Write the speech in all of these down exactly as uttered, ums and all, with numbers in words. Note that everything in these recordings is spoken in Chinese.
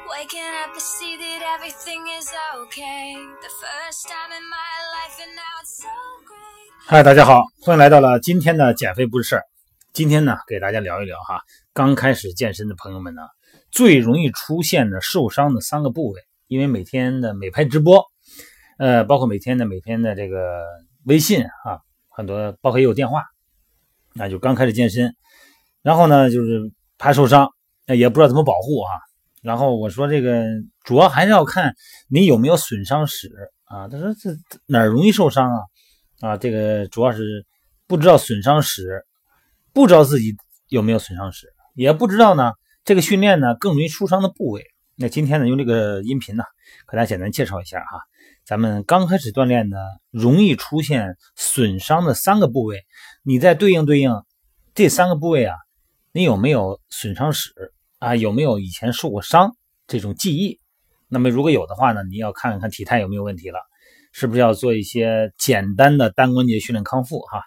Waking up to see that everything is okay. The first time in my life and now it's so great. 嗨，大家好，欢迎来到了今天的减肥不是事儿。今天呢，给大家聊一聊哈，刚开始健身的朋友们呢，最容易出现的受伤的三个部位。因为每天的美拍直播，呃，包括每天的每天的这个微信啊，很多包括也有电话，那就刚开始健身，然后呢就是怕受伤，也不知道怎么保护啊。然后我说这个主要还是要看你有没有损伤史啊。他说这哪儿容易受伤啊？啊，这个主要是不知道损伤史，不知道自己有没有损伤史，也不知道呢这个训练呢更容易受伤的部位。那今天呢用这个音频呢给大家简单介绍一下哈，咱们刚开始锻炼呢容易出现损伤的三个部位，你再对应对应这三个部位啊，你有没有损伤史啊？有没有以前受过伤这种记忆？那么如果有的话呢，你要看看体态有没有问题了，是不是要做一些简单的单关节训练康复哈？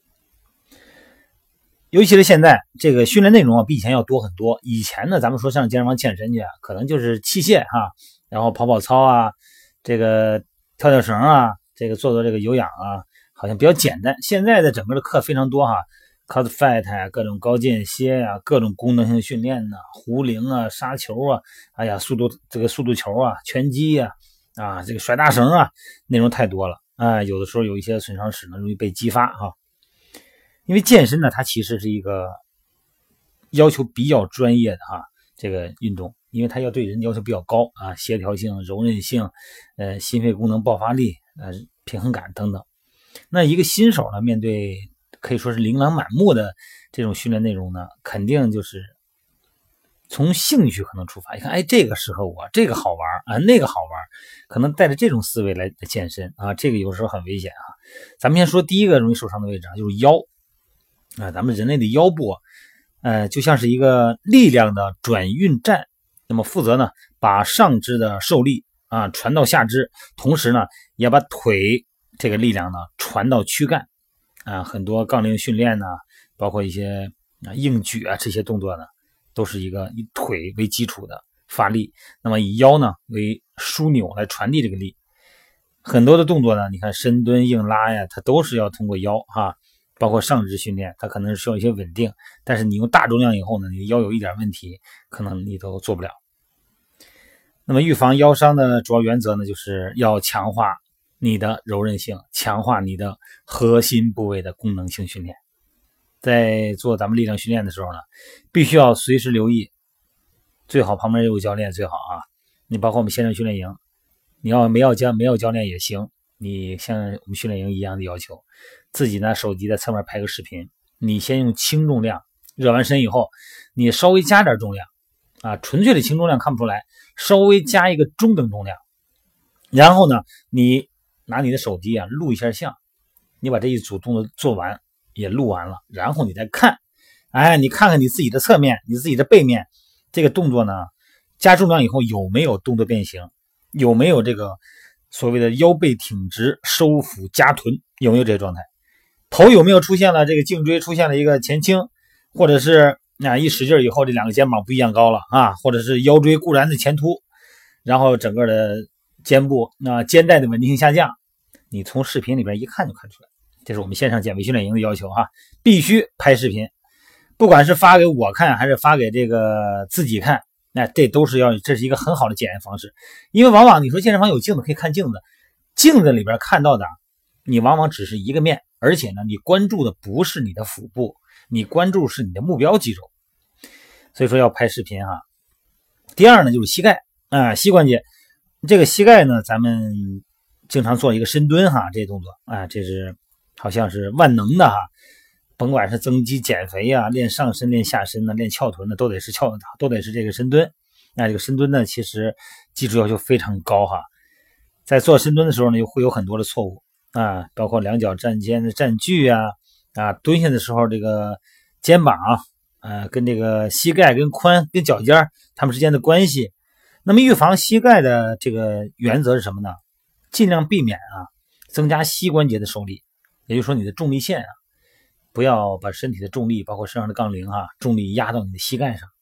尤其是现在这个训练内容啊，比以前要多很多。以前呢，咱们说上健身房健身去，可能就是器械哈，然后跑跑操啊，这个跳跳绳啊，这个做做这个有氧啊，好像比较简单。现在的整个的课非常多哈。cut fat 啊，各种高间歇啊，各种功能性训练呐、啊，壶铃啊，杀球啊，哎呀，速度这个速度球啊，拳击啊，啊，这个甩大绳啊，内容太多了啊，有的时候有一些损伤史呢，容易被激发哈。因为健身呢，它其实是一个要求比较专业的哈这个运动，因为它要对人要求比较高啊，协调性、柔韧性、呃心肺功能、爆发力、呃平衡感等等。那一个新手呢，面对可以说是琳琅满目的这种训练内容呢，肯定就是从兴趣可能出发，一看哎这个适合我，这个好玩啊，那个好玩，可能带着这种思维来健身啊，这个有时候很危险啊。咱们先说第一个容易受伤的位置啊，就是腰啊，咱们人类的腰部呃就像是一个力量的转运站，那么负责呢把上肢的受力啊传到下肢，同时呢也把腿这个力量呢传到躯干。啊，很多杠铃训练呢，包括一些啊硬举啊这些动作呢，都是一个以腿为基础的发力，那么以腰呢为枢纽来传递这个力。很多的动作呢，你看深蹲、硬拉呀，它都是要通过腰哈，包括上肢训练，它可能是需要一些稳定，但是你用大重量以后呢，你腰有一点问题，可能你都做不了。那么预防腰伤的主要原则呢，就是要强化你的柔韧性，强化你的核心部位的功能性训练。在做咱们力量训练的时候呢，必须要随时留意，最好旁边有教练最好啊。你包括我们线上训练营，你要没有教没有教练也行，你像我们训练营一样的要求，自己呢手机在侧面拍个视频，你先用轻重量热完身以后，你稍微加点重量啊，纯粹的轻重量看不出来，稍微加一个中等重量，然后呢你拿你的手机啊录一下像，你把这一组动作做完也录完了，然后你再看，哎，你看看你自己的侧面，你自己的背面，这个动作呢加重量以后有没有动作变形，有没有这个所谓的腰背挺直、收腹夹臀，有没有这个状态？头有没有出现了这个颈椎出现了一个前倾，或者是啊一使劲以后这两个肩膀不一样高了啊，或者是腰椎固然的前凸，然后整个的肩部那肩带的稳定性下降，你从视频里边一看就看出来。这是我们线上减肥训练营的要求哈，必须拍视频，不管是发给我看还是发给这个自己看，那这都是要这是一个很好的检验方式。因为往往你说健身房有镜子可以看镜子，镜子里边看到的你往往只是一个面，而且呢你关注的不是你的腹部，你关注是你的目标肌肉，所以说要拍视频哈。第二呢就是膝盖啊，膝关节，这个膝盖呢咱们经常做一个深蹲哈，这动作啊，这是好像是万能的哈，甭管是增肌减肥啊，练上身练下身呢，练翘臀的都得是翘都得是这个深蹲。那这个深蹲呢其实基础要求非常高哈，在做深蹲的时候呢又会有很多的错误啊，包括两脚站肩的站距啊，啊蹲下的时候这个肩膀啊跟这个膝盖跟髋跟脚尖它们之间的关系。那么预防膝盖的这个原则是什么呢？尽量避免啊增加膝关节的受力，也就是说你的重力线啊，不要把身体的重力包括身上的杠铃啊重力压到你的膝盖上，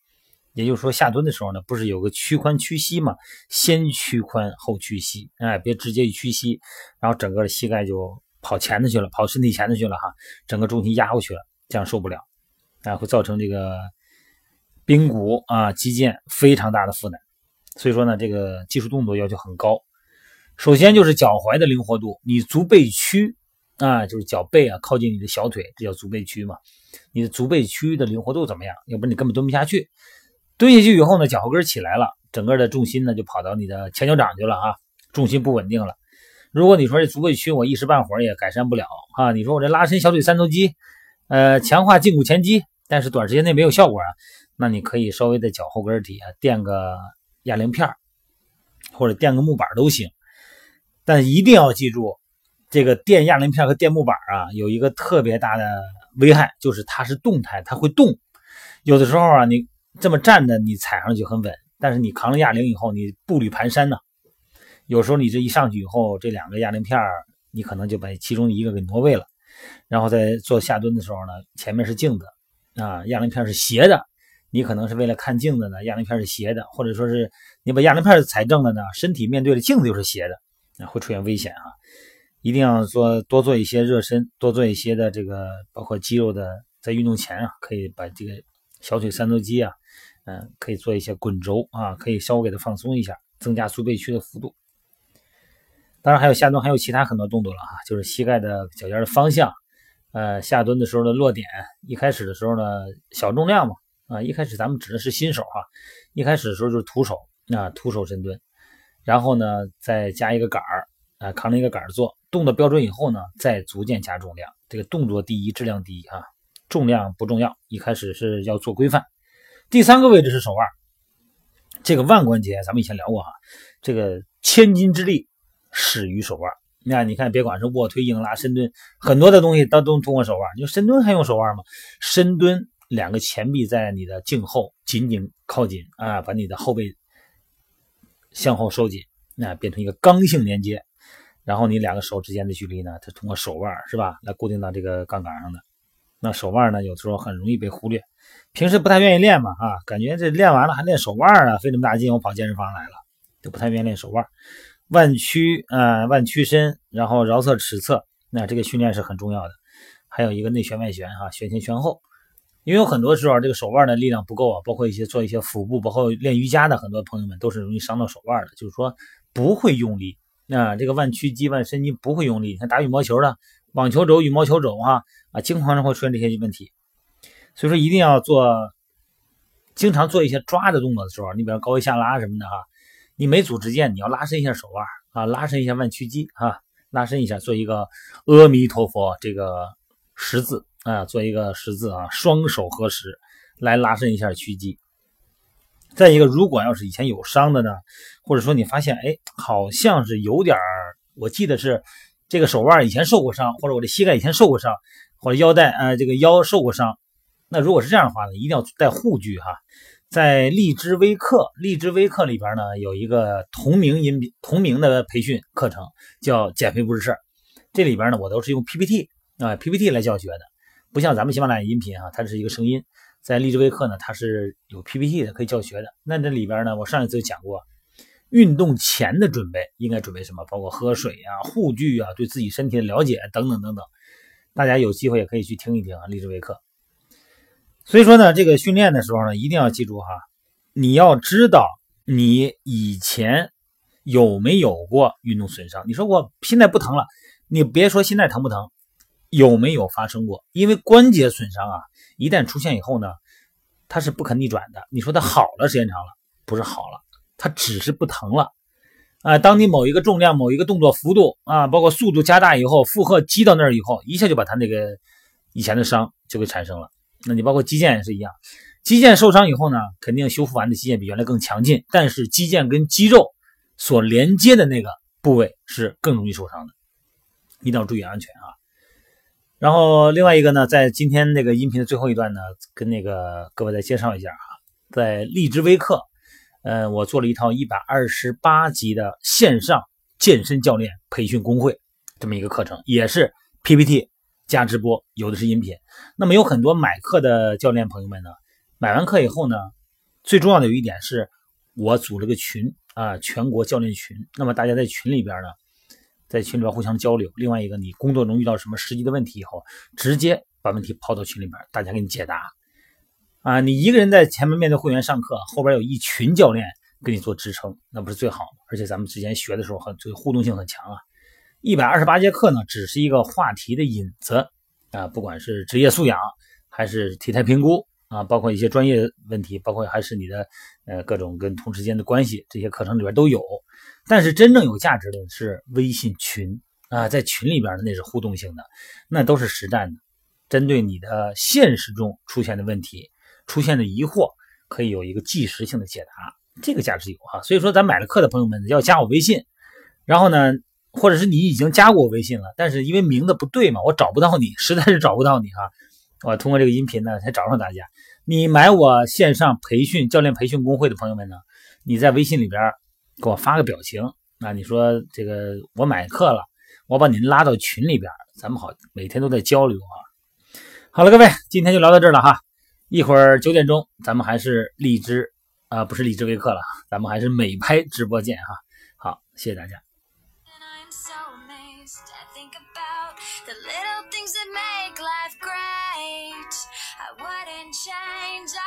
也就是说下蹲的时候呢，不是有个屈髋屈膝嘛，先屈髋后屈膝，哎，别直接一屈膝，然后整个的膝盖就跑前头去了，跑身体前头去了哈，整个重心压过去了，这样受不了，啊，会造成这个髌骨啊肌腱非常大的负担。所以说呢，这个技术动作要求很高。首先就是脚踝的灵活度，你足背屈啊，就是脚背啊靠近你的小腿，这叫足背屈嘛。你的足背屈的灵活度怎么样？要不然你根本蹲不下去。蹲下去以后呢，脚后跟起来了，整个的重心呢就跑到你的前脚掌去了啊，重心不稳定了。如果你说这足背屈我一时半会儿也改善不了啊，你说我这拉伸小腿三头肌，呃，强化胫骨前肌，但是短时间内没有效果啊，那你可以稍微在脚后跟底下垫个哑铃片或者垫个木板都行。但一定要记住，这个垫哑铃片和垫木板啊，有一个特别大的危害，就是它是动态，它会动。有的时候啊，你这么站着，你踩上去很稳，但是你扛了哑铃以后，你步履蹒跚呢。有时候你这一上去以后，这两个哑铃片你可能就把其中一个给挪位了。然后在做下蹲的时候呢，前面是镜子啊，哑铃片是斜的，你可能是为了看镜子呢，哑铃片是斜的，或者说是你把哑铃片踩正了呢，身体面对着镜子又是斜的。会出现危险啊！一定要做多做一些热身，多做一些的这个包括肌肉的，在运动前啊，可以把这个小腿三头肌啊，嗯、呃，可以做一些滚轴啊，可以稍微给它放松一下，增加足背屈的幅度。当然还有下蹲，还有其他很多动作了啊，就是膝盖的脚尖的方向，呃，下蹲的时候的落点，一开始的时候呢，小重量嘛，啊，一开始咱们指的是新手啊，一开始的时候就是徒手，啊，徒手深蹲。然后呢，再加一个杆儿，啊，扛着一个杆儿做，动作标准以后呢，再逐渐加重量。这个动作第一，质量第一啊，重量不重要，一开始是要做规范。第三个位置是手腕，这个腕关节咱们以前聊过哈，这个千斤之力始于手腕。那你看，别管是卧推、硬拉、深蹲，很多的东西都都通过手腕。你说深蹲还用手腕吗？深蹲两个前臂在你的颈后紧紧靠紧啊，把你的后背向后收紧，那变成一个刚性连接，然后你两个手之间的距离呢，它通过手腕是吧，来固定到这个杠杆上的。那手腕呢，有时候很容易被忽略，平时不太愿意练嘛啊，感觉这练完了还练手腕啊，费这么大劲我跑健身房来了，就不太愿意练手腕。腕屈啊、呃，腕屈伸，然后桡侧尺侧，那这个训练是很重要的。还有一个内旋外旋啊，旋前旋后。因为有很多时候这个手腕的力量不够啊，包括一些做一些腹部，包括练瑜伽的很多朋友们都是容易伤到手腕的，就是说不会用力啊，这个腕屈肌、腕伸肌不会用力。你看打羽毛球的，网球肘、羽毛球肘哈啊，经常会出现这些问题。所以说一定要做，经常做一些抓的动作的时候，你比如高位下拉什么的哈，你没组织键，你要拉伸一下手腕啊，拉伸一下腕屈肌啊，拉伸一下，做一个阿弥陀佛这个十字。啊，做一个十字啊，双手合十来拉伸一下屈肌。再一个，如果要是以前有伤的呢，或者说你发现哎，好像是有点我记得是这个手腕以前受过伤，或者我的膝盖以前受过伤，或者腰带呃这个腰受过伤，那如果是这样的话呢，一定要带护具哈。在荔枝微课，荔枝微课里边呢有一个同名音同名的培训课程，叫减肥不是事儿。这里边呢我都是用 P P T 啊 P P T 来教学的。不像咱们喜马拉雅音频啊，它是一个声音，在荔枝微课呢，它是有 P P T 的，可以教学的。那这里边呢，我上一次就讲过，运动前的准备应该准备什么，包括喝水啊、护具啊、对自己身体的了解等等等等。大家有机会也可以去听一听啊，荔枝微课。所以说呢，这个训练的时候呢，一定要记住哈，你要知道你以前有没有过运动损伤。你说我现在不疼了，你别说现在疼不疼。有没有发生过？因为关节损伤啊，一旦出现以后呢，它是不可逆转的。你说它好了，时间长了，不是好了，它只是不疼了。啊、呃，当你某一个重量、某一个动作幅度啊，包括速度加大以后，负荷积到那儿以后，一下就把它那个以前的伤就给产生了。那你包括肌腱也是一样，肌腱受伤以后呢，肯定修复完的肌腱比原来更强劲，但是肌腱跟肌肉所连接的那个部位是更容易受伤的，一定要注意安全啊。然后另外一个呢，在今天那个音频的最后一段呢，跟那个各位再介绍一下啊，在荔枝微课，呃，我做了一套一百二十八集的线上健身教练培训公会这么一个课程，也是 P P T 加直播，有的是音频。那么有很多买课的教练朋友们呢，买完课以后呢， 最重要的有一点是，我组了个群啊，全国教练群。那么大家在群里边呢，在群里边互相交流。另外一个，你工作中遇到什么实际的问题以后，直接把问题抛到群里边，大家给你解答。啊，你一个人在前面面对会员上课，后边有一群教练给你做支撑，那不是最好吗？而且咱们之前学的时候很这个互动性很强啊。一百二十八节课呢，只是一个话题的引子啊，不管是职业素养还是体态评估啊，包括一些专业问题，包括还是你的呃各种跟同事间的关系，这些课程里边都有。但是真正有价值的是微信群啊，在群里边的那是互动性的，那都是实战的，针对你的现实中出现的问题、出现的疑惑，可以有一个即时性的解答，这个价值有啊。所以说，咱买了课的朋友们要加我微信，然后呢，或者是你已经加过我微信了，但是因为名字不对嘛，我找不到你，实在是找不到你哈。我通过这个音频呢才找上大家。你买我线上培训教练培训公会的朋友们呢，你在微信里边给我发个表情，那你说这个我买课了，我把您拉到群里边，咱们好每天都在交流啊。好了，各位，今天就聊到这儿了哈。一会儿九点钟，咱们还是荔枝啊、呃，不是荔枝微课了，咱们还是美拍直播见哈。好，谢谢大家。 The little things that make life great. I wouldn't change